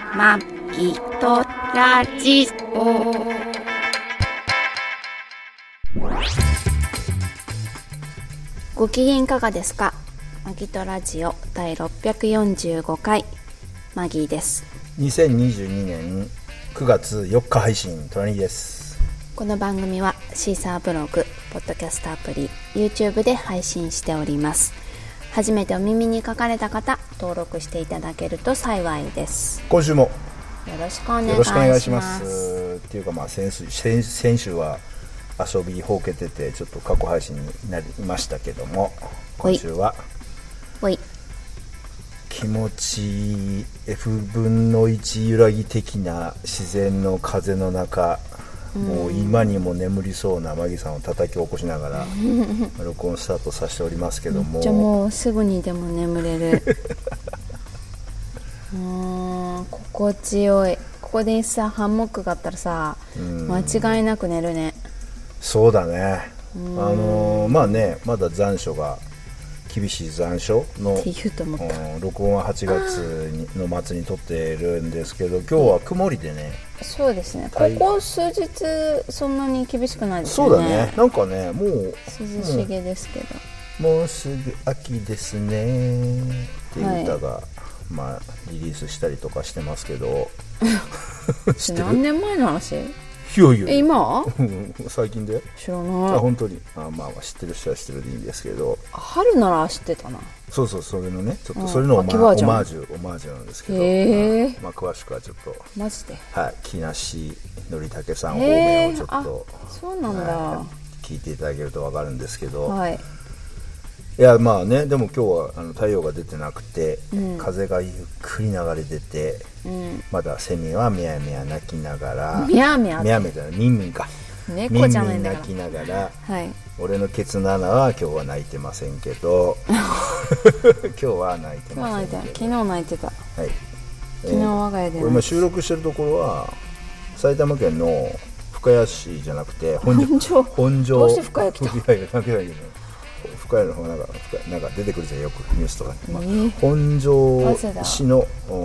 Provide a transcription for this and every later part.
まきとラジオ。ご機嫌いかがですか？マギとラジオ第645回マギーです。 2022年9月4日配信、トラニーです。 この番組はシーサーブログ、ポッドキャストアプリ、YouTube で配信しております。初めてお耳に書かれた方、登録していただけると幸いです。 今週もよろしくお願いします。 っていうか、先週は遊びほうけててちょっと過去配信になりましたけども、今週は気持ちいい F 分の1揺らぎ的な自然の風の中、もう今にも眠りそうなマギさんを叩き起こしながら録音スタートさせておりますけども、 じゃあもうすぐにでも眠れる心地よい。ここでさハンモックがあったらさ、間違いなく寝るね。 そうだね。まあね、まだ残暑が厳しい残暑のって言うと思った。 録音は8月の末に撮ってるんですけど、今日は曇りでね。 そうですね、ここ数日そんなに厳しくないですよね。 そうだね、なんかね、もう涼しげですけど、 もうすぐ秋ですねっていう歌が、まあリリースしたりとかしてますけど知ってる？ 何年前の話？ いやいや今最近で知らない。 本当にまあ知ってる人は知ってるでいいんですけど、 春なら知ってたな。 そうそれのね、ちょっとそれのオマージュなんですけど、まあ詳しくはちょっとマジで、 木梨憲武さん方面をちょっとそうなんだ、 聞いていただけると分かるんですけど、 いやまあね、でも今日は太陽が出てなくて、風がゆっくり流れてて、まだセミはミヤミヤ鳴きながら、ミヤミヤじゃない、ミンミンか、 猫じゃないんだから、 ミンミン鳴きながら、俺のケツの穴は今日は泣いてませんけど今日は泣いてませんけど、 昨日泣いてた。昨日我が家で、 今収録してるところは埼玉県の深谷市じゃなくて本庄。 どうして深谷来た？ 深谷の方がなんか出てくるじゃん、よくニュースとかに、本庄市の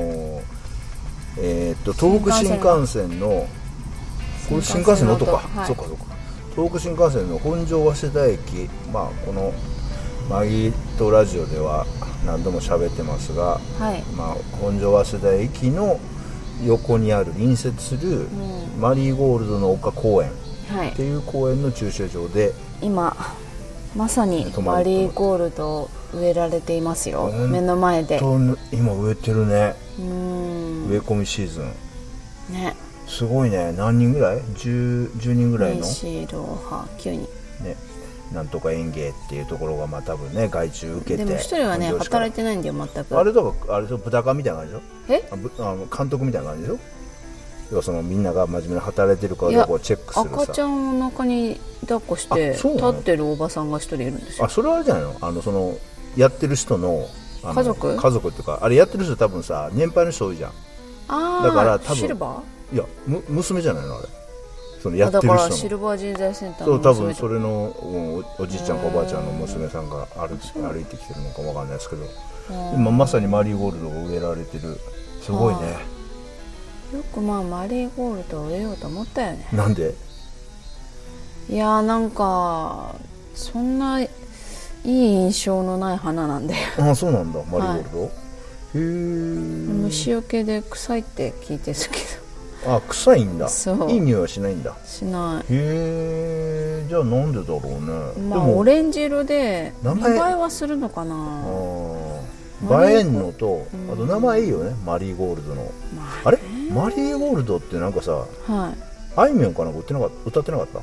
東北新幹線の、これ新幹線の音か、そうか東北新幹線の本庄早稲田駅、このマギとラジオでは何度も喋ってますが、本庄早稲田駅の横にある隣接するマリーゴールドの丘公園っていう公園の駐車場で、 今まさにマリーゴールド植えられていますよ、目の前で。 今植えてるね。植え込みシーズンね。すごいね。何人ぐらい？10人ぐらいの 4、6、8、9人ね。なんとか園芸っていうところが多分ね、外注受けて。 でも一人はね働いてないんだよ、全く。 あれだからあれでしょ、豚缶みたいな感じでしょ。監督みたいな感じでしょ。要はそのみんなが真面目に働いてるかどうかをチェックするさ。 赤ちゃんを中に抱っこして立ってるおばさんが一人いるんですよ。 それはあれじゃないの？そのやってる人の家族っていうか、あれやってる人多分さ、年配の人多いじゃん。だから多分シルバー、いや娘じゃないの、あれ。そのやってる人の。だからシルバー人材センターの娘。 多分それのおじいちゃんかおばあちゃんの娘さんが歩いてきてるのかわかんないですけど、今まさにマリーゴールドが植えられてる。すごいね。 よくマリーゴールドを植えようと思ったよね。 なんで？ いやなんかそんないい印象のない花なんで。 そうなんだ、マリーゴールド。 虫除けで臭いって聞いてるけど。臭いんだ。 そう。 いい匂いはしないんだ。 しない。 じゃあなんでだろうね。 でもオレンジ色で見栄えはするのかな。 映えんのと、あと名前いいよね、マリーゴールドの。あれマリーゴールドってなんかさ、あいみょんかなんか歌ってなかった？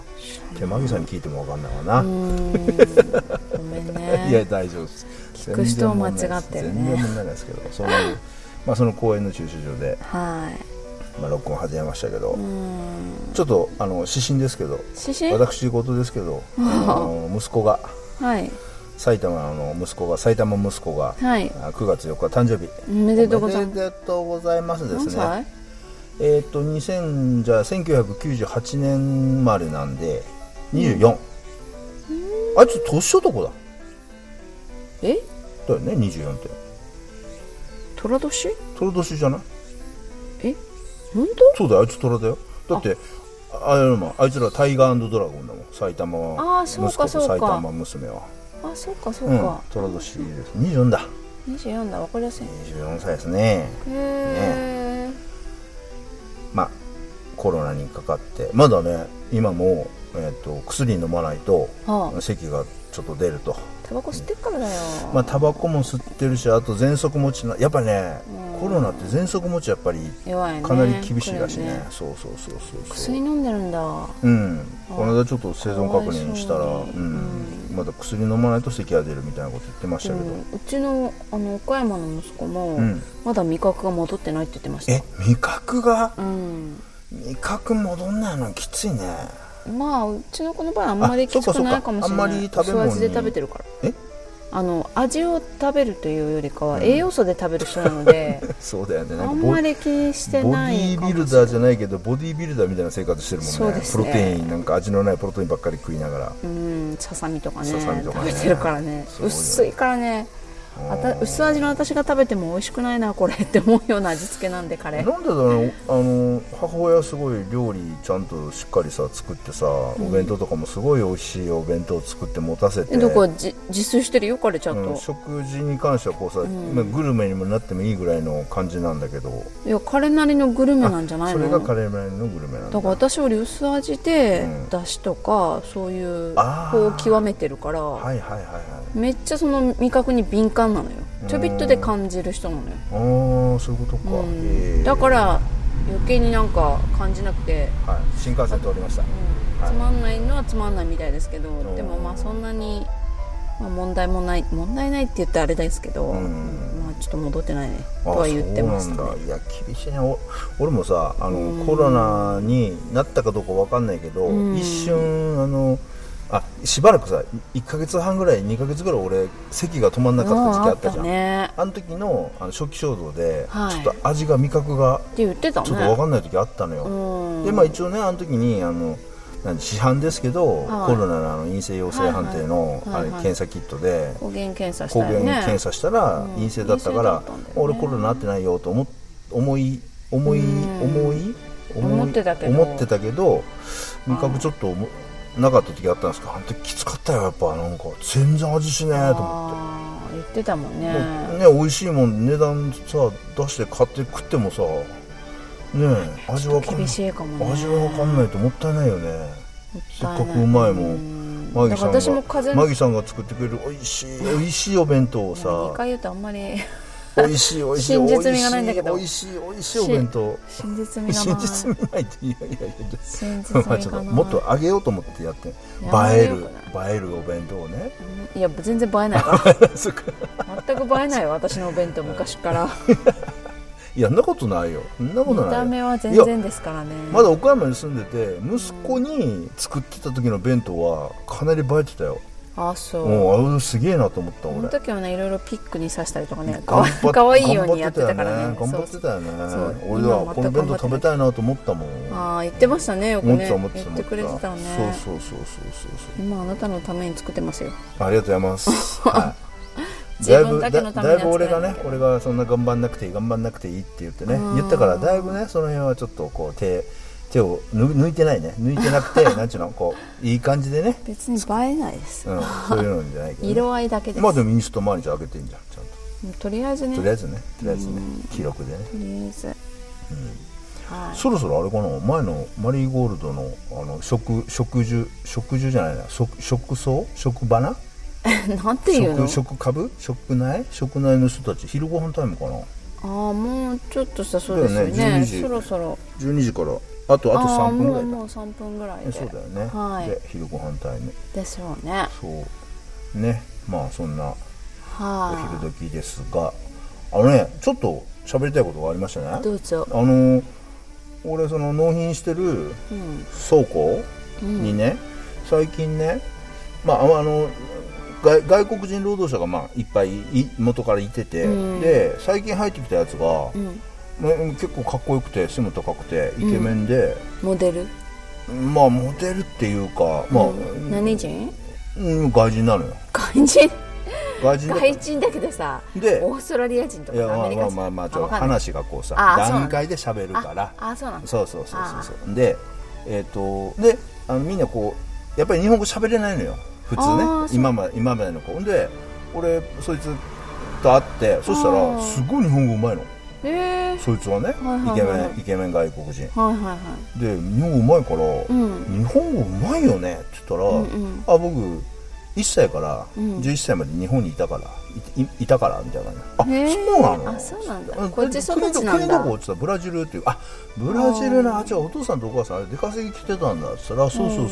マギさんに聞いても分かんないわな。 ごめんね。 いや大丈夫です。 聞く人を間違ってるね。 全然問題ないですけど、その公園の駐車場で録音始めましたけど、ちょっと指針ですけど、私事ですけど、息子が、埼玉息子が9月4日誕生日。 おめでとうございますですね。 何歳 ？1998年生まれなんで24。あいつ年男だ。だよね、24って。 寅年？ 寅年じゃない？ 本そうだよ、あいつ虎だよ。だってあいつらタイガー&ドラゴンだもん。埼玉は息子と埼玉娘は。 あ、そうかそうか、 虎年です。24だ。 24だ、わかりやすい。 24歳ですね。まあコロナにかかってまだね、今も、薬飲まないと、咳がちょっと出ると。 タバコ吸ってっからだよ。 まあタバコも吸ってるし、あと喘息持ちのやっぱね、コロナって喘息持ちやっぱりかなり厳しいらしいね。そう薬飲んでるんだ。 この間ちょっと生存確認したら、まだ薬飲まないと咳が出るみたいなこと言ってましたけど、 うちの岡山の息子も、まだ味覚が戻ってないって言ってました。 味覚が、味覚戻んないのきついね。 まあうちの子の場合あんまりきつくないかもしれない。あんまり食べ物に味で食べてるから。味を食べるというよりかは栄養素で食べる人なので、 そうだよね。 あんまり気にしてないかもしれない。 ボディービルダーじゃないけどボディービルダーみたいな生活してるもんね。 そうですね。 プロテインなんか味のないプロテインばっかり食いながら、 ささみとかね食べてるからね。薄いからね。薄味の私が食べても美味しくないなこれって思うような味付けなんで、カレーなんでだろう。母親すごい料理ちゃんとしっかりさ作ってさ、お弁当とかもすごい美味しいお弁当作って持たせて。 どこ自炊してるよ、彼ちゃんと。 食事に関してはこうさ、グルメにもなってもいいぐらいの感じなんだけど。 いや、彼なりのグルメなんじゃないの。 それが彼なりのグルメなんだ。 だから私より薄味で、だしとかそういうこう極めてるから、めっちゃその味覚に敏感なのよ。ちょびっとで感じる人なのよ。 そういうことか。 だから余計になんか感じなくて、 新幹線通りました。 つまんないのはつまんないみたいですけど、でもまあそんなに、問題ないって言ってあれですけど、ちょっと戻ってないねとは言ってましたね。 いや厳しいね。俺もさコロナになったかどうか分かんないけど、一瞬しばらくさ1ヶ月半ぐらい2ヶ月ぐらい俺咳が止まんなかった時期あったじゃん。あの時の初期衝動で、ちょっと味が味覚がちょっと分かんない時あったのよ。で一応ね、あの時に市販ですけど、コロナの陰性陽性判定の検査キットで抗原検査したら陰性だったから、俺コロナなってないよと思ってたけど、味覚ちょっとなかった時あったんですけど、あの時きつかったよ。やっぱなんか全然味しねえと思って。言ってたもんね。 美味しいもん値段さ出して買って食ってもさ、味は厳しいかもね。 味は分かんないともったいないよね。せっかくうまいもん。マギさんが作ってくれる美味しいお弁当をさ、 2回言うとあんまり美味しい真実味がないんだけど、 美味しいお弁当。 真実味がない。 真実味ないって、 真実味がない。 もっと上げようと思ってやって、映えるお弁当をね。 いや全然映えないから全く映えないよ、私のお弁当昔からいや、そんなことないよ。そんなことない。 見た目は全然ですからね。 まだ岡山に住んでて、息子に作ってた時の弁当はかなり映えてたよ。 そう。 すげえなと思った俺。 その時はね、いろいろピックに刺したりとかね、かわいいようにやってたからね。 頑張ってたよね。俺はこの弁当食べたいなと思ったもん。 言ってましたね、よくね。 言ってくれてたね。 そう。 今あなたのために作ってますよ。 ありがとうございます。 自分だけのためにだいぶ俺がそんな頑張んなくていいって言ってね、言ったから、だいぶねその辺はちょっとこう手を抜いてないね。抜いてなくてなんちゅうの、こういい感じでね。 別に映えないです。 そういうのじゃないけど、 色合いだけです。 まあでもインスト毎日あげてんじゃん、ちゃんと。 とりあえずね記録でね。 とりあえず。 そろそろあれかな、前のマリーゴールドの植樹じゃないな、植花なんていうの、 植内の人たち昼ご飯タイムかな。 もうちょっとしたそうですよね。そろそろ 12時からあと3分ぐらい。 もう3分ぐらいで。 そうだよね。で昼ご飯タイムでしょうね。 そうね。まあそんなお昼時ですが、ちょっと喋りたいことがありましたね。 どうぞ。 俺その納品してる倉庫にね、最近ね、外国人労働者がいっぱい元からいてて、で最近入ってきたやつが、結構かっこよくて背も高くてイケメンで、 モデルモデルっていうか、 何人？ 外人なのよ。 外人外人だけどさ、 でオーストラリア人とかアメリカ人、 まあちょっと話がこうさ段階で喋るから、 そうなんだ。 そうででみんなこうやっぱり日本語喋れないのよ普通ね、今までの子で、俺そいつと会って、そしたらすごい日本語うまいの。そいつはね、イケメン外国人、で日本語うまいから、日本語うまいよねって言ったら、僕1歳から11歳まで日本にいたからみたいな。そうなの。 そうなんだ。こっち育ちなんだ。 国どこって言ったらブラジルっていう。ブラジルな。じゃあお父さんとお母さんあれ出稼ぎ来てたんだって言ったら、そうそっ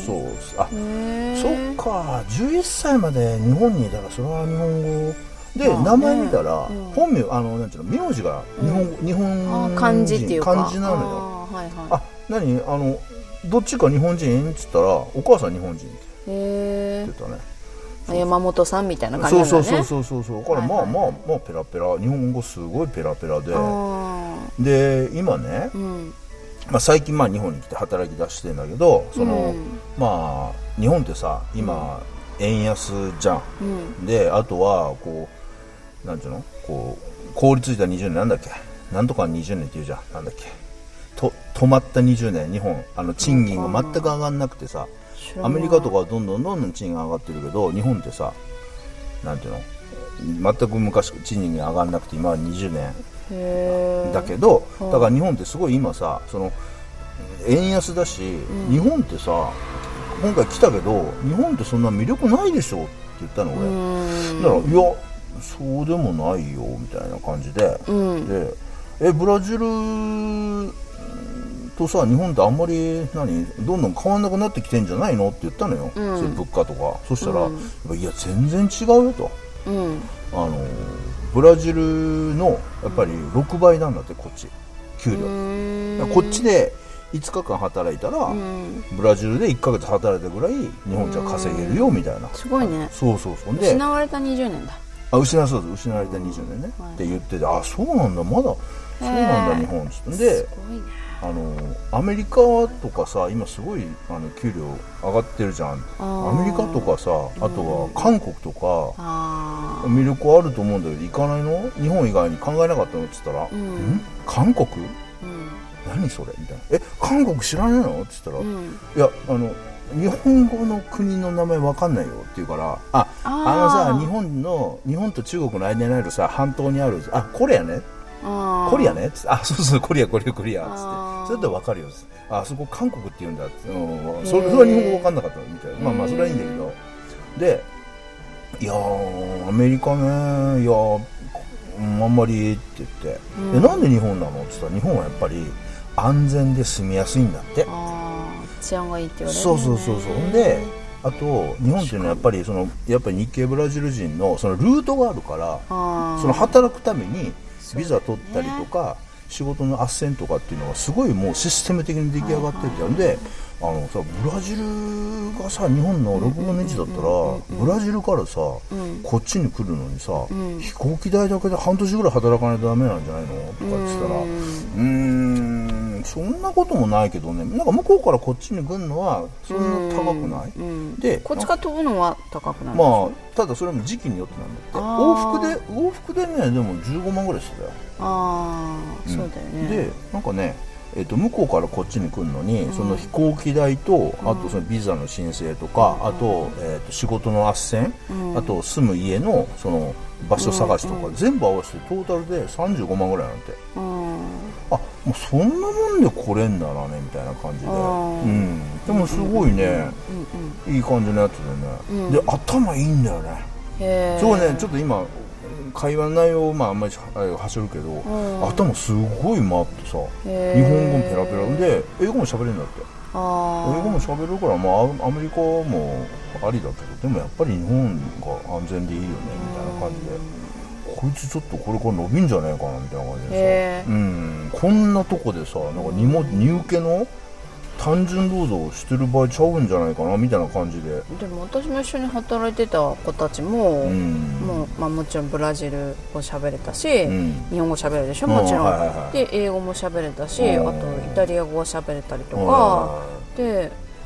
か、11歳まで日本にいたらそれは日本語で、名前見たら本名なんていうの、名字が日本漢字っていうか漢字なのよ。何どっちか日本人っつったらお母さん日本人って言ってたね。 山本さんみたいな感じなんだね。 そうだからまあペラペラ、日本語すごいペラペラで、今ね、最近日本に来て働き出してんだけど、日本ってさ今円安じゃん。であとはこうなんていうの、こう凍りついた20年なんだっけ、なんとか20年っていうじゃん、なんだっけ、止まった20年日本賃金が全く上がんなくてさ、アメリカとかはどんどん賃金が上がってるけど、日本ってさなんていうの、全く昔賃金が上がんなくて今は20年だけど、だから日本ってすごい今さ、その円安だし、日本ってさ今回来たけど日本ってそんな魅力ないでしょって言ったの俺。だからいやそうでもないよみたいな感じで、でブラジルとさ日本ってあんまりどんどん変わんなくなってきてんじゃないのって言ったのよ、そういう物価とか。そしたら、いや全然違うよと、ブラジルのやっぱり6倍なんだって、こっち給料。こっちで5日間働いたら、ブラジルで1ヶ月働いたぐらい日本じゃ稼げるよみたいな。 すごいね。 そうで失われた20年だ。 失われた20年ね、って言ってて、そうなんだ、まだそうなんだ日本っつって。で、アメリカとかさ今すごい給料上がってるじゃん。アメリカとかさ、あとは韓国とか魅力あると思うんだけど行かないの？日本以外に考えなかったのって言ったら、韓国？何それみたいな。韓国知らないのって言ったら、いや日本語の国の名前わかんないよって言うから、さ日本と中国の間にあるさ半島にあるコリアねっつって、そうコリアっつって、それだったらわかるよっつって、そこ韓国って言うんだって、それは日本語わかんなかったみたいな。それはいいんだけど、でいやアメリカね、いやあんまりって言って、なんで日本なのって言ったら、日本はやっぱり安全で住みやすいんだって。 治安がいいって言われる、ね。 そうで、あと日本っていうのはやっぱり日系ブラジル人のそのルートがあるから、その働くためにビザ取ったりとか、仕事の斡旋とかっていうのがすごいもうシステム的に出来上がってるじゃん。でブラジルがさ日本の6分の1だったら、ブラジルからさ、こっちに来るのにさ、飛行機代だけで半年ぐらい働かないとダメなんじゃないのとかって言ったら、そんなこともないけどね、なんか向こうからこっちに来るのはそんな高くない、でこっちから飛ぶのは高くない、 ただそれも時期によってなんだって。往復でねでも15万ぐらいしてたよ。 そうだよね。 でなんかね、向こうからこっちに来るのに、その飛行機代と、あとそのビザの申請とか、あと、仕事の斡旋、あと住む家のその場所探しとか、全部合わせてトータルで35万ぐらいなんて。もうそんなもんで来れんだなねみたいな感じで、でもすごいね、いい感じのやつでね、で頭いいんだよね。そうね、ちょっと今会話の内容あんまり走るけど、頭すごい回ってさ、日本語もペラペラで英語も喋れるんだって。英語も喋るから、アメリカもありだけど、でもやっぱり日本が安全でいいよねみたいな感じで、こいつちょっとこれから伸びんじゃないかなみたいな感じでさ、こんなとこでさ、なんか荷受けの単純労働をしてる場合ちゃうんじゃないかなみたいな感じで。 でも私も一緒に働いてた子たちも、もちろんブラジル語喋れたし、日本語喋れるでしょ、もちろん、で英語も喋れたし、あとイタリア語を喋れたりとか、で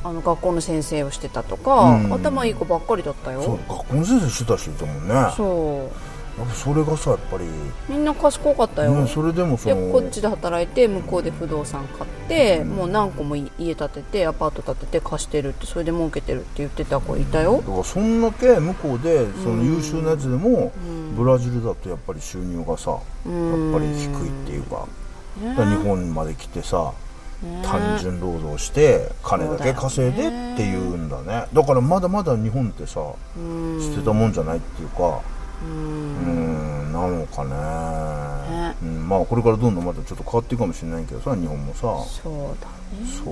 学校の先生をしてたとか、頭いい子ばっかりだったよ。 そう、学校の先生してた人いたもんね。 そうやっぱそれがさ、やっぱりみんな賢かったよ、 それでもでこっちで働いて向こうで不動産買って、もう何個も家建ててアパート建てて貸してるって、それで儲けてるって言ってた子いたよ。 だからそんだけ向こうでその優秀なやつでも、ブラジルだとやっぱり収入がさ、やっぱり低いっていうか、だから日本まで来てさ、単純労働して金だけ稼いでっていうんだね。だからまだまだ日本ってさ、捨てたもんじゃないっていうか、なのかね。まあこれからどんどんまたちょっと変わっていくかもしれないけどさ、日本もさ。 そうだね。 そう、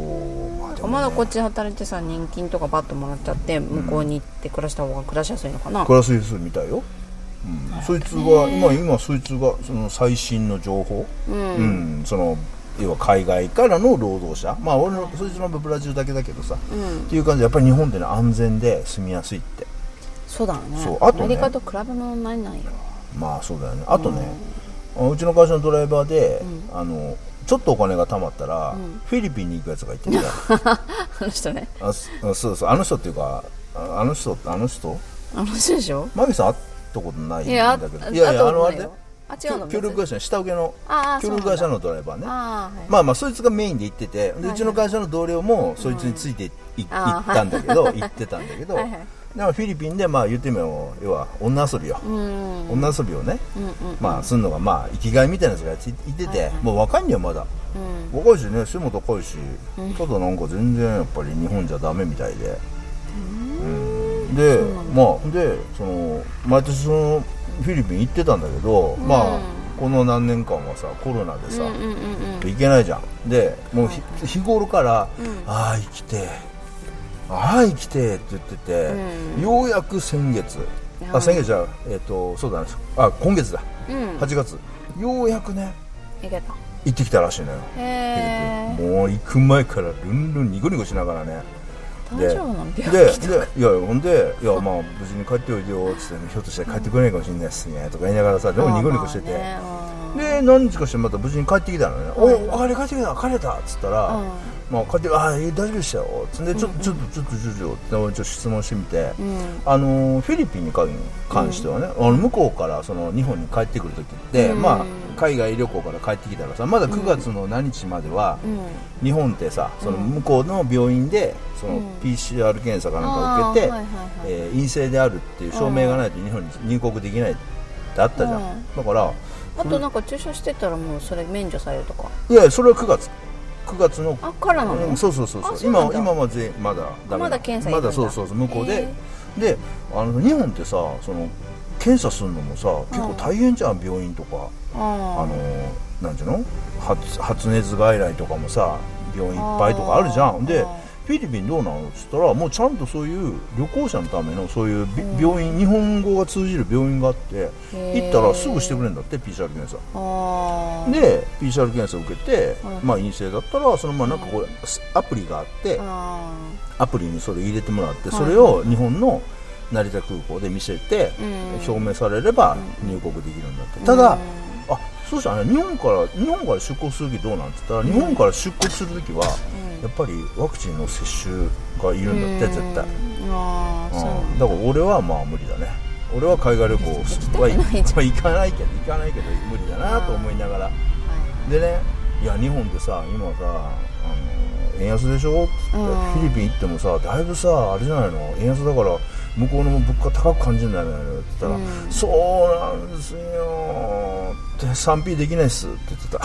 まあでもね、 まだこっちで働いてさ、年金とかバッともらっちゃって向こうに行って暮らした方が暮らしやすいのかな。 暮らしやすいみたいよ。そいつが今そいつがその最新の情報、その要は海外からの労働者、まあ俺のそいつのブラジルだけだけどさ、っていう感じでやっぱり日本でね、安全で住みやすいって。 そうだね。 そう、あとね、 アメリカと比べ物にならないよ。 まあそうだよね。あとね、うちの会社のドライバーで、ちょっとお金が貯まったら、フィリピンに行くやつがいてみたいあの人ね。 そうそう、あの人っていうか、あの人でしょ。 マギさん会ったことないんだけど、いやあれで違うの、 協力会社の下請けの協力会社のドライバーね。まあそいつがメインで行ってて、でうちの会社の同僚もそいつについて行ったんだけど、行ってたんだけど、だからフィリピンでまあ言ってみよう、要は女遊びよ、女遊びをね、まあすんのがまあ生きがいみたいなやつがいてて、もう若いんだよまだ、若いしね、背も高いし、ただなんか全然やっぱり日本じゃダメみたいで、でまあでその毎年そのフィリピン行ってたんだけど、まあこの何年間はさコロナでさ、行けないじゃん。でもう日頃からああ生きて生きてって言ってて、ようやく先月じゃそうだね、今月だ、8月ようやくね行ってきたらしいのよ。もう行く前からルンルンニコニコしながらね、 大丈夫なの？病気とかでいやほんで、いやまあ無事に帰っておいでよっつって、ひょっとして帰ってくれないかもしれないっすねとか言いながらさ、でもニコニコしてて、で何日かしてまた無事に帰ってきたのね。お帰ってきた、帰れたっつったら、まあ帰って大丈夫でしたよっつって、ちょっと質問してみて、フィリピンに関してはね、向こうからその日本に帰ってくる時って、まあ海外旅行から帰ってきたらさ、まだ9月の何日までは、日本ってさ、その向こうの病院でその PCR 検査かなんか受けて、陰性であるっていう証明がないと日本に入国できないってあったじゃん。だからあとなんか注射してたらもうそれ免除されるとか。 いやそれは9月のからなの？ そう今はまだダメ、 まだ検査行くんだ。 まだそう向こうで日本ってさ、その検査するのもさ結構大変じゃん。病院とかなんていうの、発熱外来とかもさ病院いっぱいとかあるじゃん。でフィリピンどうなのっつったら、もうちゃんとそういう旅行者のためのそういう病院、日本語が通じる病院があって、行ったらすぐしてくれるんだって、 PCR 検査で PCR 検査を受けて、まあ陰性だったらそのまあなんかこれアプリがあって、アプリにそれ入れてもらって、それを日本の成田空港で見せて、証明されれば入国できるんだって。ただそうしたらね、日本から出国するときどうなんて言ったら、日本から出国するときはやっぱりワクチンの接種がいるんだって、絶対。だから俺はまあ無理だね。俺は海外旅行は行かないけど無理だなと思いながら、でね、いや日本ってさ今さ円安でしょって言って、フィリピン行ってもさだいぶさあれじゃないの、円安だから向こうの物価高く感じるんだよねって言ったら、そうなんですよって賛否できないっすって言って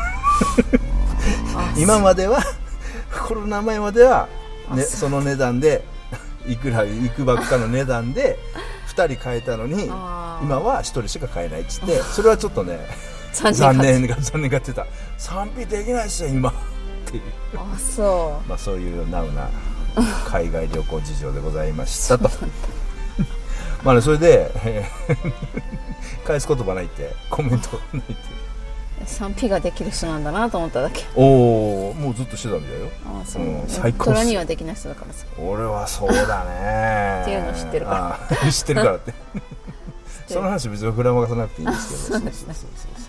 た今まではコロナ前までは、ね、その値段でいくばっかの値段で2人買えたのに、今は1人しか買えないっつって、それはちょっとね残念がってた。賛否できないっすよ今っていうまあそういうナウな海外旅行事情でございましたとまあね、それで、返す言葉ないってコメントないって賛否ができる人なんだなと思っただけ。 もうずっとしてたみたいよ。 最高。トラにはできない人だからさ。俺はそうだねっていうの知ってるから知ってるからってその話別に膨らまかさなくていいんですけど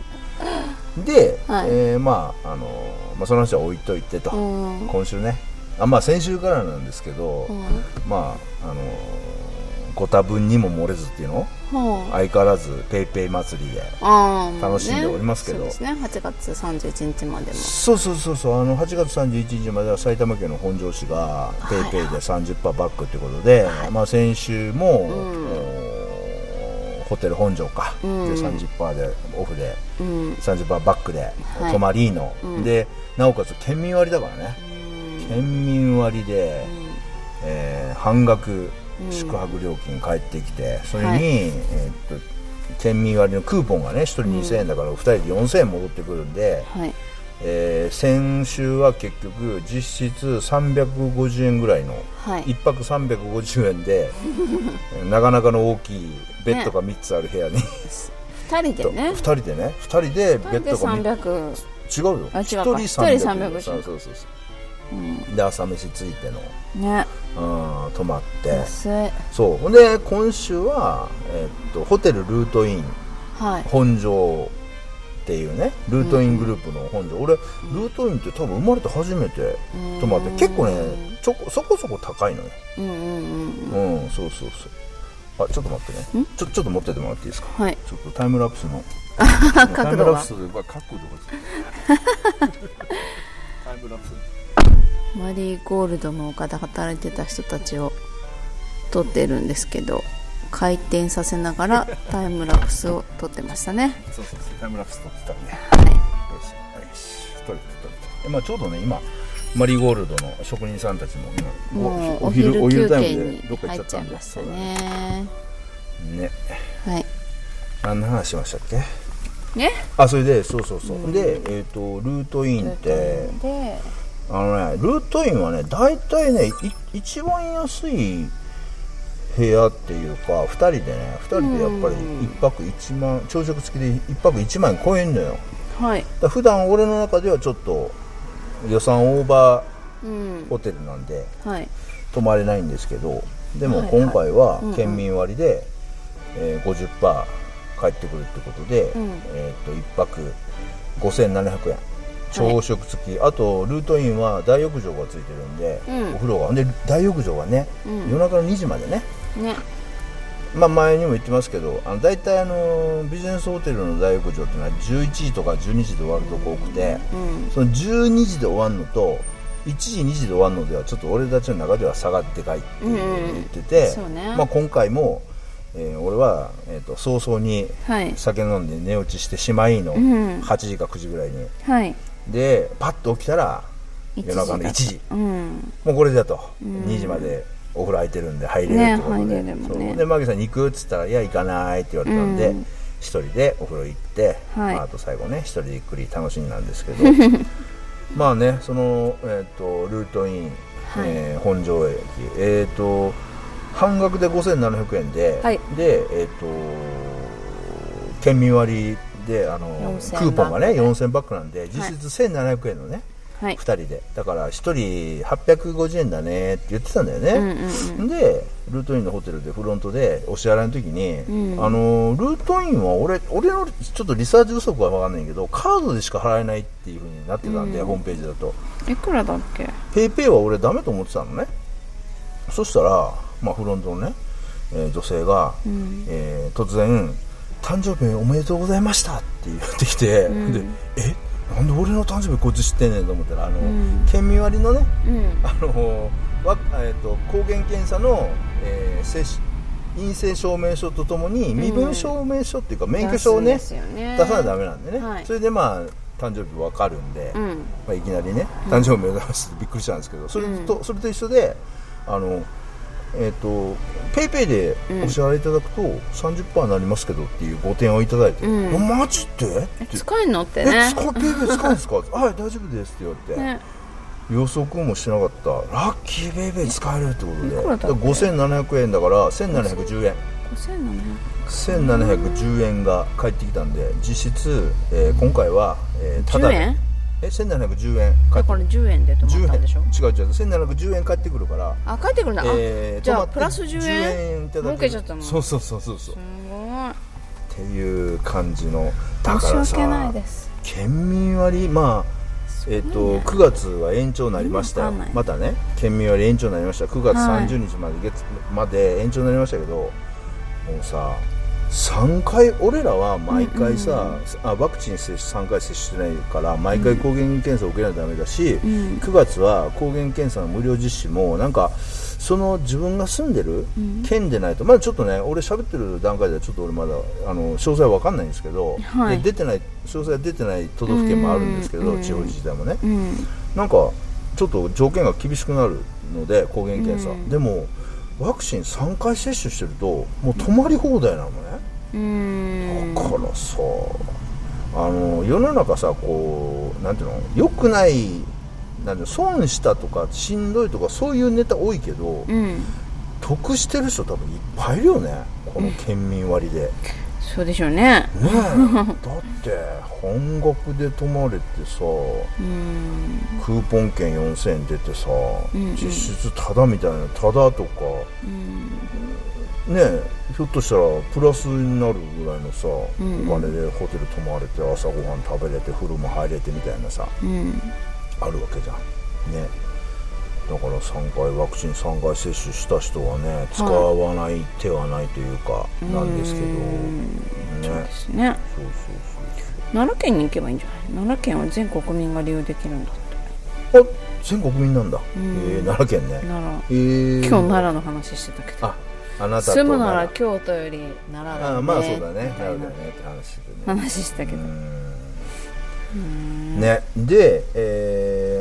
で、まあその話は置いといてと、今週ねまあ先週からなんですけど、まあご多分にも漏れずっていうの、相変わらずペイペイ祭りで楽しんでおりますけど、 そうですね、8月31日までもそう8月31日までは埼玉県の本庄市がペイペイで 30% バックということで、まあ先週も、ホテル本庄か、で 30% でオフで、30% バックで、泊まりの、でなおかつ県民割だからね、県民割で、半額宿泊料金返ってきて、それに、県民割のクーポンがね1人2000円だから2人で4000円戻ってくるんで、先週は結局実質350円ぐらいの、1泊350円でなかなかの大きいベッドが3つある部屋に、 2人でね 2人でベッドが 300 違うよ、1人300円、そうで朝飯ついてのね、泊まって、そうで今週は、ホテルルートイン、本庄っていうね、ルートイングループの本庄、俺ルートインって多分生まれて初めて泊まって、結構ねそこそこ高いのよ。そうちょっと待ってね、ちょっと持っててもらっていいですか。ちょっとタイムラプスのタイムラプスで角度がタイムラプスマリーゴールドの丘で働いてた人たちを撮ってるんですけど、回転させながらタイムラプスを撮ってましたね。 そうタイムラプス撮ってたんで、撮れて、まあ、ちょうどね今マリーゴールドの職人さんたちも今もうお昼休憩にどっか行っ入っちゃいましたね。 何の話しましたっけね。 それでそうで、ルートインってルートインはね大体ね一番安い部屋っていうか2人でやっぱり1泊1万、朝食付きで1泊1万円超えんのよ。だ普段俺の中ではちょっと予算オーバーホテルなんで泊まれないんですけど、でも今回は県民割で 50% 返ってくるってことで、1泊5700円朝食付き、あとルートインは大浴場がついてるんで、お風呂がで大浴場がね、夜中の2時までね、まあ前にも言ってますけど、だいたいビジネスホテルの大浴場っていうのは11時とか12時で終わるとこ多くて、その12時で終わるのと1時2時で終わるのではちょっと俺たちの中では差がでかいって言ってて、まあ今回も俺は、早々に酒飲んで寝落ちしてしまいの、8時か9時ぐらいに、でパッと起きたら夜中の1時、もうこれだと、2時までお風呂空いてるんで入れるってことで、でマギさんに行くっつったらいや行かないって言われたんで、一人でお風呂行って、あと最後ね一人でゆっくり楽しんだんですけどまあねその、ルートイン、本庄駅半額で5700円で、で県民割でクーポンがね4000バックなんで実質1700円のね、2人でだから1人850円だねって言ってたんだよね。でルートインのホテルでフロントでお支払いの時に、ルートインは俺のちょっとリサーチ不足は分かんないけどカードでしか払えないっていう風になってたんで、ホームページだといくらだっけ。 ペイペイは俺ダメと思ってたのね。そしたら、まあ、フロントのね、女性が、突然誕生日おめでとうございましたって言ってきて、でなんで俺の誕生日こいつ知ってんねんと思ったら県民割のね、抗原検査の、陰性証明書とともに身分証明書っていうか免許証をね、出さないとダメなんでね、それでまあ誕生日分かるんで、まあ、いきなりね誕生日目指してびっくりしたんですけど、それと一緒でペイペイでお支払いいただくと 30% になりますけどっていうご提案をいただいて、マジで使えんのってね、 ペイペイ使うんですかはい大丈夫ですって言われて、予測もしなかった。ラッキーペイペイ使えるってことで5700円だから1710円1710円が返ってきたんで実質、今回は、ただ 10円 1710円だから10円で泊まったんでしょ。 違う1710円返ってくるから、 返ってくるんだ、じゃあプラス10円儲けちゃったの。 そうすごいっていう感じの。だからさ申し訳ないです。 県民割まあ 9月は延長になりましたよ。またね、県民割延長になりました。9月30日まで延長になりましたけど、もうさ、3回、俺らは毎回さ、ワクチン3回接種してないから毎回抗原検査を受けないとダメだし、9月は抗原検査の無料実施もなんかその自分が住んでる県でないと、まだちょっとね、俺喋ってる段階ではちょっと俺まだ詳細は分かんないんですけど、で出てない詳細は出てない都道府県もあるんですけど、地方自治体もね、なんかちょっと条件が厳しくなるので抗原検査、でもワクチン3回接種してるともう泊まり放題なのね。だからさ、世の中さ、こうなんていうの、良くない、なんていうの、損したとかしんどいとかそういうネタ多いけど、得してる人多分いっぱいいるよね、この県民割で。 そうでしょうね。 ねえだって半額で泊まれてさ、クーポン券4000円出てさ、実質タダみたいな、タダとか、ねえ、ひょっとしたらプラスになるぐらいのさ、お金でホテル泊まれて朝ごはん食べれて風呂も入れてみたいなさ、あるわけじゃんね。だからワクチン3回接種した人はね、使わない手はないというかなんですけど、 そうですね。奈良県に行けばいいんじゃない？奈良県は全国民が利用できるんだって。 あ、全国民なんだ。奈良県ね。 今日奈良の話してたけど、 あなたと住むなら京都より奈良だね。 まあそうだね、奈良だねって話したけどね。で、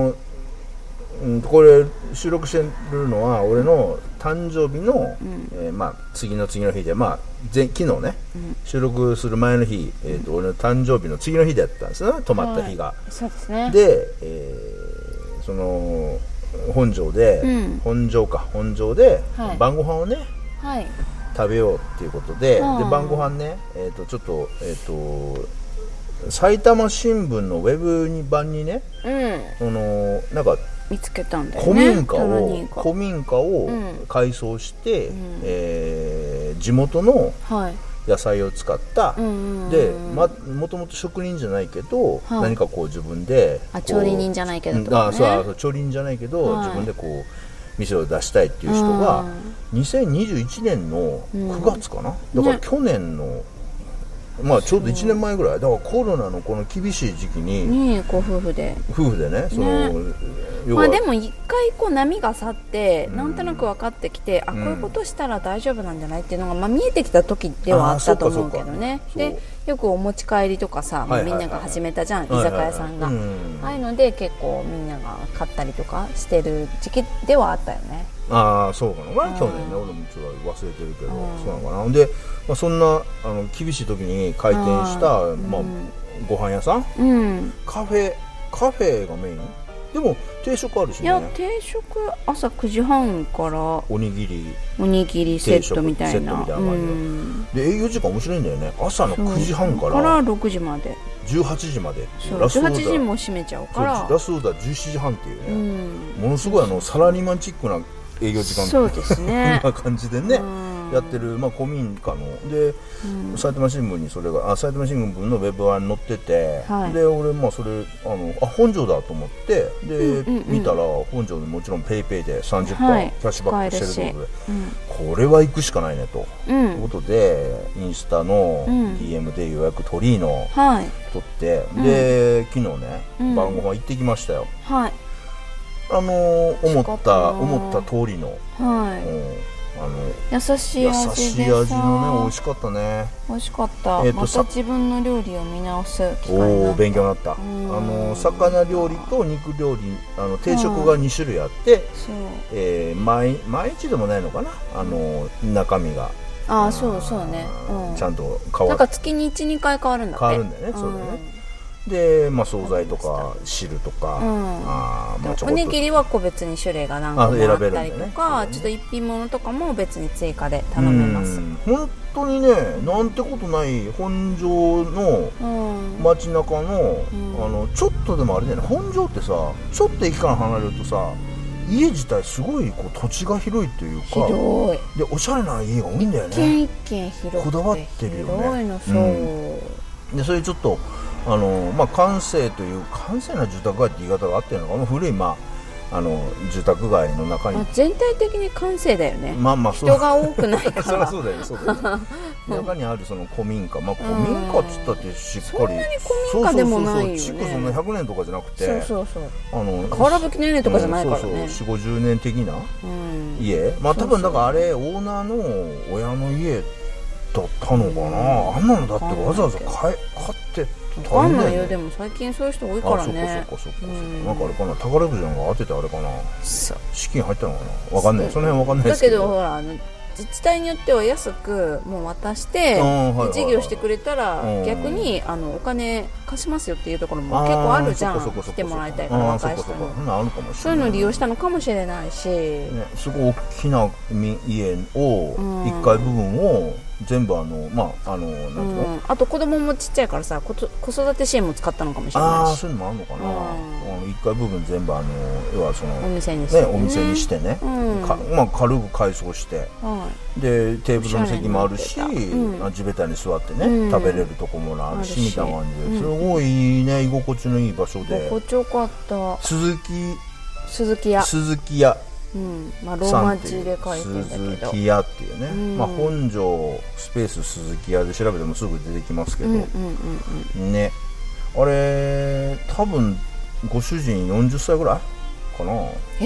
これ収録してるのは俺の誕生日の、次の日で、昨日ね、収録する前の日、俺の誕生日の次の日だったんですよね、泊まった日が。 そうですね。 で、その本庄で、晩ご飯をね、食べようっていうことで、晩ご飯ね、ちょっと埼玉新聞のウェブ版にね、なんか見つけたんだよね。 古民家を改装して、地元の野菜を使った、で、もともと職人じゃないけど、何かこう自分で調理人じゃないけど、 調理人じゃないけど、自分でこう店を出したいっていう人が2021年の9月かな、だから去年のちょうど1年前ぐらいだから、コロナのこの厳しい時期にご夫婦でね、 でも一回こう波が去って、なんとなく分かってきて、こういうことしたら大丈夫なんじゃないっていうのが、見えてきた時ではあったと思うけどね。でよくお持ち帰りとかさ、みんなが始めたじゃん、居酒屋さんが。ああいうので結構みんなが買ったりとかしてる時期ではあったよね。 そうかな、去年ね、俺もちょっと忘れてるけど、そうなのかな。で、そんな厳しい時に開店した、ご飯屋さん、カフェがメインでも定食あるしね。 いや、定食朝9時半からおにぎりセットみたいな感じで、営業時間面白いんだよね。朝の9時半から 6時まで、 18時まで。 18時も閉めちゃうから、 ラスオーダー17時半っていうね、ものすごいサラリーマンチックな営業時間そうですねな感じでね、やってる、古民家ので、埼玉新聞にそれが埼玉新聞のウェブ版に載ってて、で俺それ本庄だと思って、で、見たら本庄でもちろんペイペイで 30% キャッシュバックしてるということで、これは行くしかないねと、いうことでインスタの DM で予約取りの取って、で昨日ね、晩ご飯行ってきましたよ。思った通りの、優しい味でさ、美味しかったね。 美味しかった。また自分の料理を見直す機会になった。 勉強になった。魚料理と肉料理、定食が2種類あって、毎日でもないのかな、中身が。 そうね、 ちゃんと変わる。 なんか月に 1,2 回変わるんだって。 変わるんだよね、そうだね。で、惣菜とか汁とか、 おにぎりは個別に種類が何個もあったりとか、ちょっと一品物とかも別に追加で頼めます。 本当にね、なんてことない本庄の街中の、ちょっとでもあれだよね、本庄ってさ、ちょっと駅から離れるとさ、家自体すごい土地が広いというか、 広いでおしゃれな家が多いんだよね。 一軒一軒広くてこだわってるよね。 広いの、そう、 でそれちょっと閑静という閑静な住宅街って言い方があってるのかな、古い住宅街の中に、 全体的に閑静だよね。人が多くないからそりゃそうだよね、そうだよね中にあるその古民家、古民家っつったってしっかり、 そんなに古民家でもないよね。 築そんな100年とかじゃなくて、 瓦葺きの屋根とかじゃないからね、 4、50年的な家、多分だからあれオーナーの親の家だったのかな、あんなのだってわざわざ買ってわかんないよ。でも最近そういう人多いからね。 そっかなんかあれかな、宝くじなんか当ててあれかな、資金入ったのかな、わかんない、その辺わかんないですけど。 だけどほら自治体によっては安くもう渡して事業してくれたら逆にお金貸しますよっていうところも結構あるじゃん。来てもらいたいから若い人にそういうのを利用したのかもしれないし、 すごい大きな家を1階部分を全部なんていうの、 あと子供もちっちゃいからさ、子育て支援も使ったのかもしれないし、 そういうのもあるのかな、1階部分全部要はそのお店にしてね、軽く改装して、でテーブルの席もあるし、地べたに座ってね、食べれるとこもあるしみたいな感じで、すごいね、居心地のいい場所で、 心地よかった。鈴木屋、ローマ字で書いてんだけど鈴木屋っていうね、本庄スペース鈴木屋で調べてもすぐ出てきますけど、ね、あれ多分ご主人40歳ぐらいかな。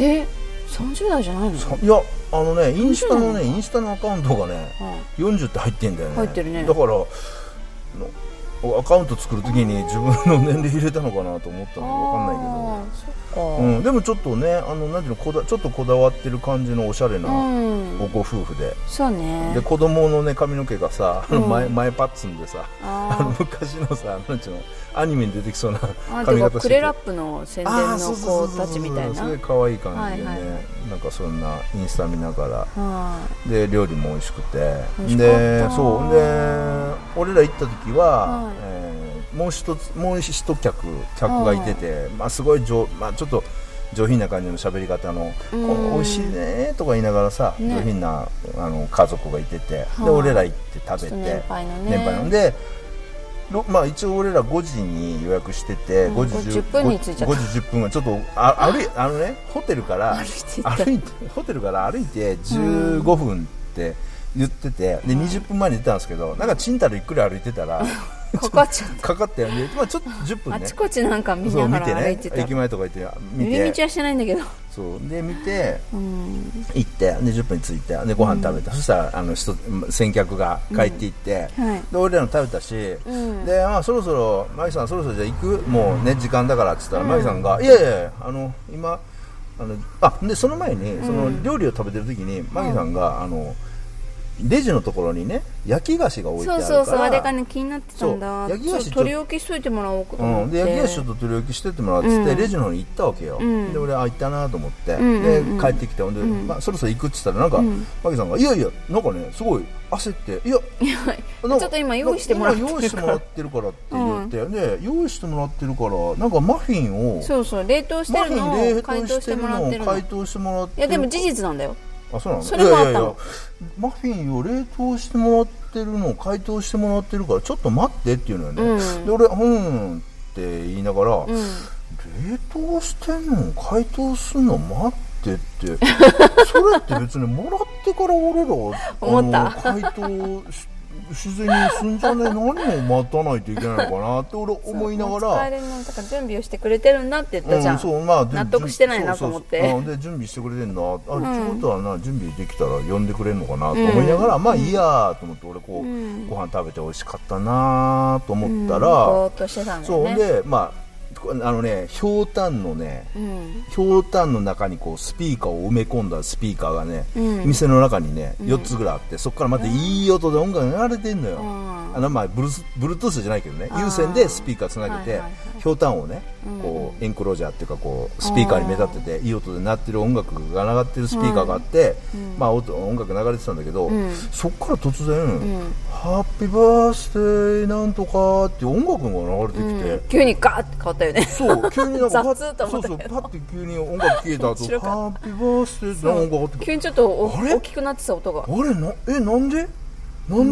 30代じゃないの？ いやインスタのアカウントがね、40って入ってんだよね。 入ってるね。 だからアカウント作るときに自分の年齢入れたのかなと思ったのか分かんないけど、でもちょっとね、なんていうの、ちょっとこだわってる感じのおしゃれなご夫婦で、 そうね。 で子供のね髪の毛がさ、前パッツンでさ、昔のさ、なんていうの、アニメに出てきそうな髪型してて、 クレラップの宣伝の子たちみたいな、 すごい可愛い感じでね、なんかそんなインスタ見ながら、で料理も美味しくて、で俺ら行った時は、もう一客がいてて、すごいちょっと上品な感じの喋り方の、美味しいねとか言いながらさ、上品な家族がいてて、で俺ら行って食べて、 年配ので、一応俺ら5時に予約してて、5時10分に着いちゃった。5時10分はちょっとホテルから歩いて15分って言ってて、で20分前に出たんですけど、なんかちんたらゆっくり歩いてたらかかっちゃったかかったよね。ちょっと10分ね、 あちこちなんか見ながら歩いてた、 駅前とか行って見て、 寄り道はしてないんだけど、 そうで見て、行ってで10分に着いて、でご飯食べた、そしたら先客が帰って行って、で俺らの食べたし、でそろそろマギさんそろそろじゃあ行く、もうね時間だからっつったら、マギさんがいやいや今でその前にその料理を食べてる時に、マギさんがレジのところにね焼き菓子が置いてあるから、 そうあれがね気になってたんだ。 焼き菓子取り置きしといてもらおうと思って、 で焼き菓子ちょっと取り置きしてってもらって、レジの方に行ったわけよ、で俺行ったなと思って、で帰ってきて、そろそろ行くって言ったら、なんかマギさんがいやいや、なんかねすごい焦って、いやちょっと今用意してもらってるからって言って、で用意してもらってるから、なんかマフィンを冷凍してるのを解凍してもらってるの。いやでも事実なんだよ。 そうなの？ それもあったの。 いやマフィンを冷凍してもらってるのを解凍してもらってるから、ちょっと待ってっていうのよね、で俺って言いながら、冷凍してんの解凍すんの待ってってそれって別にもらってから俺ら解凍自然にすんじゃねえ、何を待たないといけないのかなって俺思いながら、 使えるのだから準備をしてくれてるんだって言ったじゃん、納得してないなと思って、 で準備してくれてんな、ってことはな、準備できたら呼んでくれるのかなと思いながら、まあいいやと思って、俺こう、ご飯食べて美味しかったなと思ったら、 ぼーっとしてたんだよね。 そうでひょうたんのね、ひょうたんの中にこうスピーカーを埋め込んだスピーカーがね、店の中にね4つぐらいあって、そこからまたいい音で音楽が流れてんのよ。ブルートゥースじゃないけどね、有線でスピーカーつなげて、ひょうたんをねこうエンクロージャーっていうか、こうスピーカーに目立てていい音で鳴ってる音楽が流ってるスピーカーがあって、音楽流れてたんだけど、そこから突然ハッピーバースデーなんとかって音楽が流れてきて、 急にガーって変わったよね。 そう急になんか雑と思ったけど、 パッて急に音楽消えた後、ハッピーバースデーって音楽があって、 急にちょっと大きくなってた音が、 なんで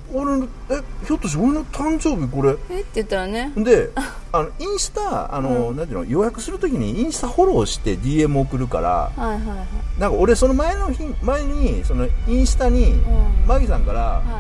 ひょっとして俺の誕生日これって言ったらね、 でインスタなんていうの、予約するときにインスタフォローして DM 送るから、 はいはいはい、 なんか俺その前にそのインスタに、マギさんから、はい、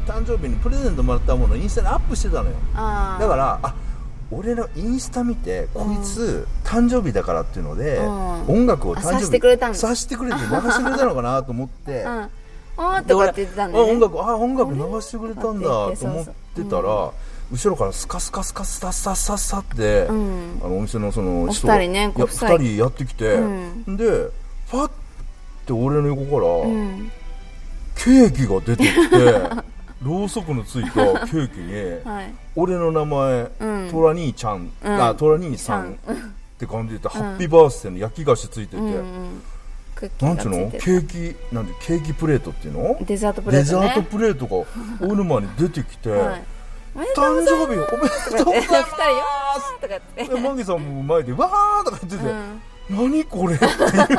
誕生日にプレゼントもらったものをインスタにアップしてたのよ。だから俺のインスタ見て、こいつ誕生日だからっていうので、音楽を誕生日させてくれて流してくれたのかなと思ってとかって言ってたんだよね。 音楽流してくれたんだと思ってたら、後ろからスカスカスカスタッサッサッサって、お店のその人が2人やってきて、でファッて俺の横から、ケーキが出てきてろうそくのついたケーキに、はい、俺の名前、トラ兄ちゃん、トラ兄さんって感じで、ハッピーバースデーの焼き菓子ついてて、なんていうの、ケーキプレートっていうの、 デザートプレート、ね、 デザートプレートが俺の前に出てきて、はい、誕生日おめでとうございますとか言って、マギさんも前でわーとか言ってて、何これって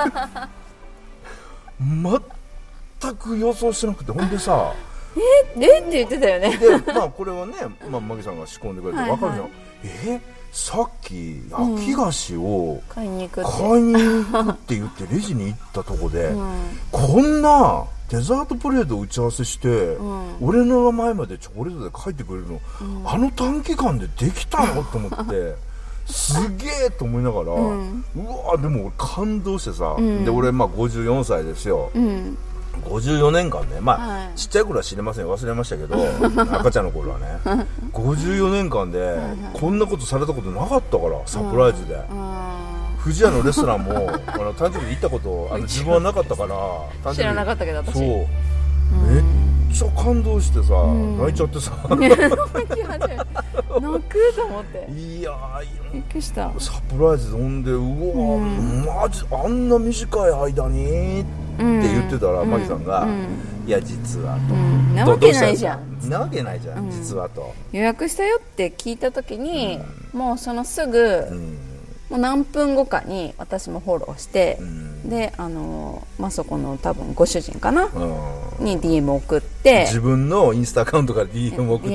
全く予想してなくて、ほんでさって言ってたよね。 で、これはね、マギさんが仕込んでくれて分かるじゃん。さっき焼き菓子を買いに行くって言ってレジに行ったとこで、こんなデザートプレート打ち合わせして、俺の名前までチョコレートで書いてくれるの、あの短期間でできたのと思ってすげえと思いながら、うわでも俺感動してさ、で俺54歳ですよ。54年間ね、ちっちゃい頃は知れません、忘れましたけど赤ちゃんの頃はね54年間でこんなことされたことなかったから、サプライズで富士屋のレストランも誕生日に行ったこと自分はなかったから知らなかったけど、私そうめっちゃ感動してさ、泣いちゃってさ泣くと思って、 いやびっくりした。 サプライズで、ほんでマジあんな短い間にって言ってたら、マギさんが、いや実はと、 なわけないじゃん、 なわけないじゃん、実はと予約したよって聞いた時に、もうそのすぐ、もう何分後かに私もフォローして、でそこの多分ご主人かな、に DM 送って、 自分のインスタアカウントから DM 送って、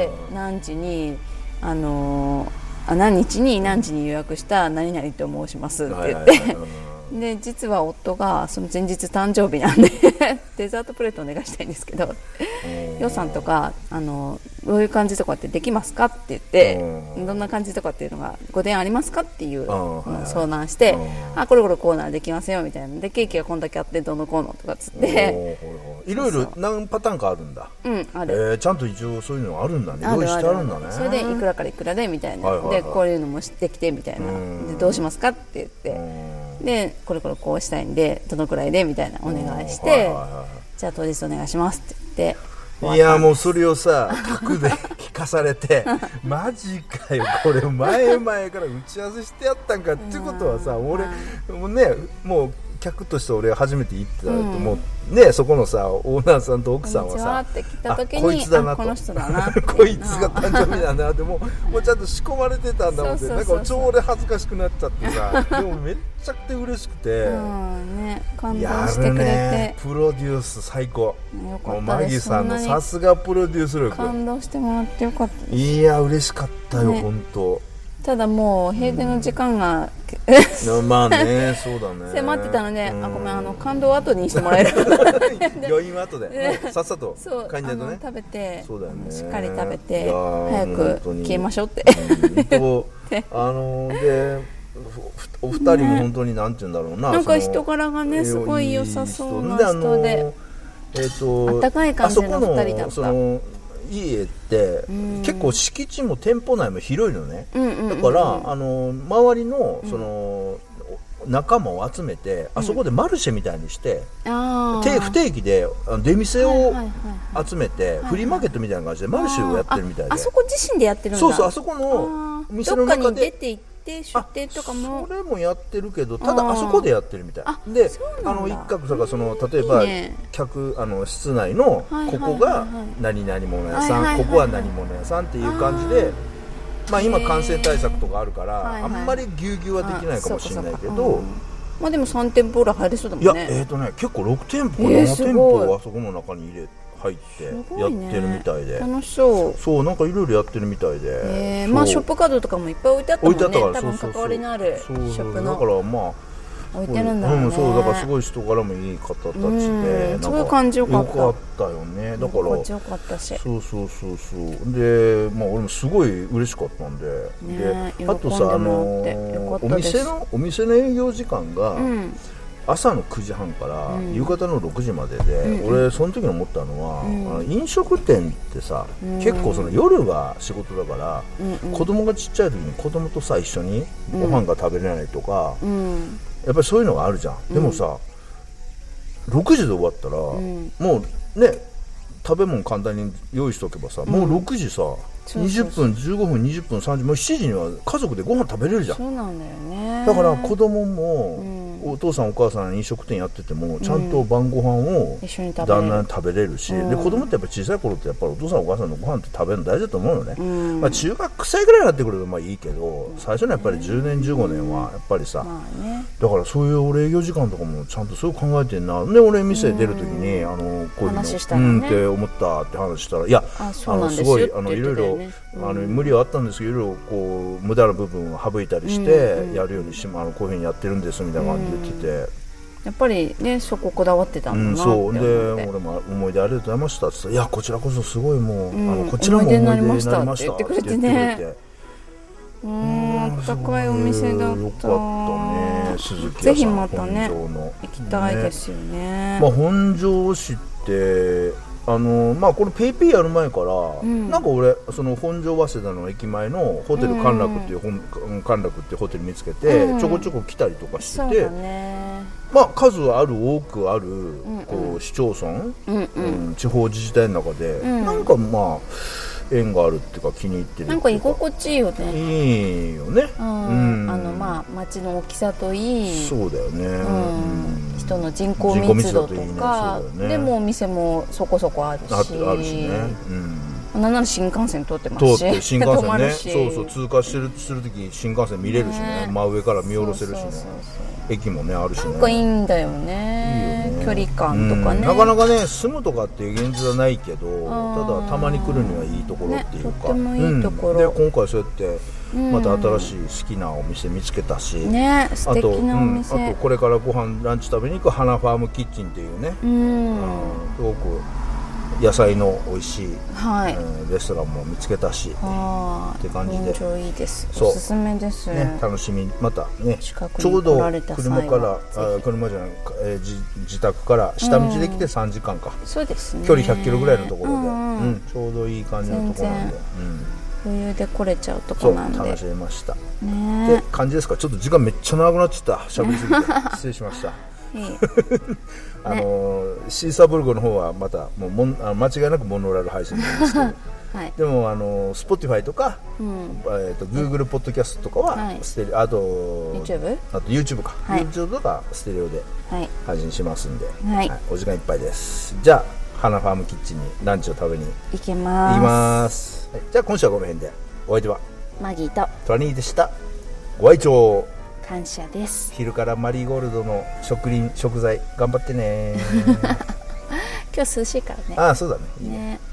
何時に何日に何時に予約した何々と申しますって言って、で実は夫がその前日誕生日なんでデザートプレートお願いしたいんですけど、予算とかどういう感じとかってできますかって言って、どんな感じとかっていうのがご提案ありますかっていう相談して、これこれコーナーできますよみたいなで、ケーキがこんだけあってどのコーナーとかっつっていろいろ何パターンかあるんだ。 ある、 ちゃんと一応そういうのあるんだね、用意してあるんだね。それでいくらからいくらでみたいな、でこういうのもできてみたいなで、どうしますかって言って、でこれこれこうしたいんでどのくらいでみたいなお願いして、じゃあ当日お願いしますって言って、 いやもうそれをさ宅で聞かされてマジかよ、これ前々から打ち合わせしてやったんかっていうことはさ、俺もうね、もう客として俺初めて行ってたと思う、ね、そこのさオーナーさんと奥さんはさ、こいつだなと、この人だなこいつが誕生日なんだなってもうちゃんと仕込まれてたんだもんって、なんか超俺恥ずかしくなっちゃってさでもめっちゃくちゃ嬉しくて、 感動してくれて、ね、 プロデュース最高、 よかったです。 マギさんのさすがプロデュース力、 感動してもらってよかったです。 いや嬉しかったよ、本当。 ただもう閉店の時間が、 まあね、そうだね、 迫ってたので、ごめん、感動を後にしてもらえる余韻は後で、さっさと帰んないとね、 食べて、 そうだよね、 しっかり食べて早く消えましょうってでお二人も本当になんて言うんだろうな、 なんか人柄がねすごい良さそうな人で、あったかい感じの二人だった。 家って結構敷地も店舗内も広いのね、だから周りのその仲間を集めて、あそこでマルシェみたいにして、不定期で出店を集めてフリーマーケットみたいな感じでマルシェをやってるみたいで、 あそこ自身でやってるんだ。 そうそう、あそこの店の中でどっかに出て行って出店とかもそれもやってるけど、ただあそこでやってるみたいで、一角とかその例えば室内のここが何々物屋さん、ここは何物屋さんっていう感じで、今感染対策とかあるからあんまりぎゅうぎゅうはできないかもしれないけど、 でも3店舗ぐらい入れそうだもんね。 いや結構6店舗7店舗あそこの中に入ってやってるみたいで、 楽しそう。 そうなんかいろいろやってるみたいで、 まあショップカードとかもいっぱい置いてあったもんね。 置いてあったから多分関わりのあるショップの。 だからまあ置いてるんだろうね。 そうだからすごい人柄もいい方たちで、 すごい感じよかった。 よかったよね。だから心地よかったし。 そうで、まあ俺もすごい嬉しかったんで、であとさお店の営業時間が、朝の9時半から夕方の6時までで、俺その時に思ったのは、飲食店ってさ、結構その夜が仕事だから、子供がちっちゃい時に子供とさ一緒にご飯が食べれないとか、やっぱりそういうのがあるじゃん。でもさ、6時で終わったら、もうね食べ物簡単に用意しておけばさ、もう6時さ20分15分20分30分もう7時には家族でご飯食べれるじゃん。 そうなんだよね。 だから子供も、お父さんお母さん飲食店やっててもちゃんと晩ご飯を旦那に食べれるし、で子供ってやっぱ小さい頃ってやっぱりお父さんお母さんのご飯って食べるの大事だと思うよね。まあ、中学生ぐらいになってくるとまあいいけど、最初のやっぱり10年15年はやっぱりさ、だからそういう俺営業時間とかもちゃんとそう考えてんな。で俺店出る時にこういうのって思ったって話したら、いやすごいいろいろ無理はあったんですけど、いろいろこう無駄な部分を省いたりしてやるようにこういうふうにやってるんですみたいな感じで言ってて、 やっぱりねそここだわってたんだなって思って、 そうで俺も思い出ありがとうございましたって言ったら、いやこちらこそすごいもう、こちらも思い出になりましたって言ってくれてね、 あったかいお店だった。 よかったね。鈴木屋さんぜひまたね行きたいですよね。 まあ本庄市ってまあこのペイペイやる前から、なんか俺その本庄早稲田の駅前のホテル歓楽っていう歓楽っていうホテル見つけて、ちょこちょこ来たりとかしてて、まあ数多くあるこう市町村、地方自治体の中で、なんかまあ縁があるっていうか気に入ってる。 なんか居心地いいよね。 いいよね。 まあ街の大きさといい。 そうだよね。 人の人口密度とか、でもお店もそこそこあるし。あるしね。なんなら新幹線通ってますし。 通って新幹線ね。そう通過する時新幹線見れるしね。真上から見下ろせるしね。駅もねあるしね。 なんかいいんだよね。距離感とかね。 なかなかね住むとかっていう現実はないけど、ただたまに来るにはいいところっていうか。 とってもいいところ。 で今回そうやってまた新しい好きなお店見つけたし、 ね素敵なお店。 あとこれからご飯ランチ食べに行く花ファームキッチンっていうね、すごく野菜の美味しいレストランも見つけたしって感じで、 いいです。おすすめですね。 楽しみ。またねちょうど車から車じゃない自宅から下道で来て3時間か、 そうですね、 距離100キロぐらいのところで、ちょうどいい感じのところなんで、 余裕で来れちゃうとこなんで楽しみましたって感じですか。ちょっと時間めっちゃ長くなっちゃった。しゃべりすぎて失礼しました。シーサーブログの方はまたもう間違いなくモノラル配信なんですけどでもSpotify とか、Google ポッドキャストとかはステレオ、あと YouTube か、YouTube とかステレオで配信しますんで、お時間いっぱいです。じゃあ花ファームキッチンにランチを食べに行きます。 じゃあ今週はこの辺で。お相手はマギーとトラニーでした。ご愛聴感謝です。 昼からマリーゴールドの食材頑張ってね。 今日涼しいからね。 そうだね。いいね。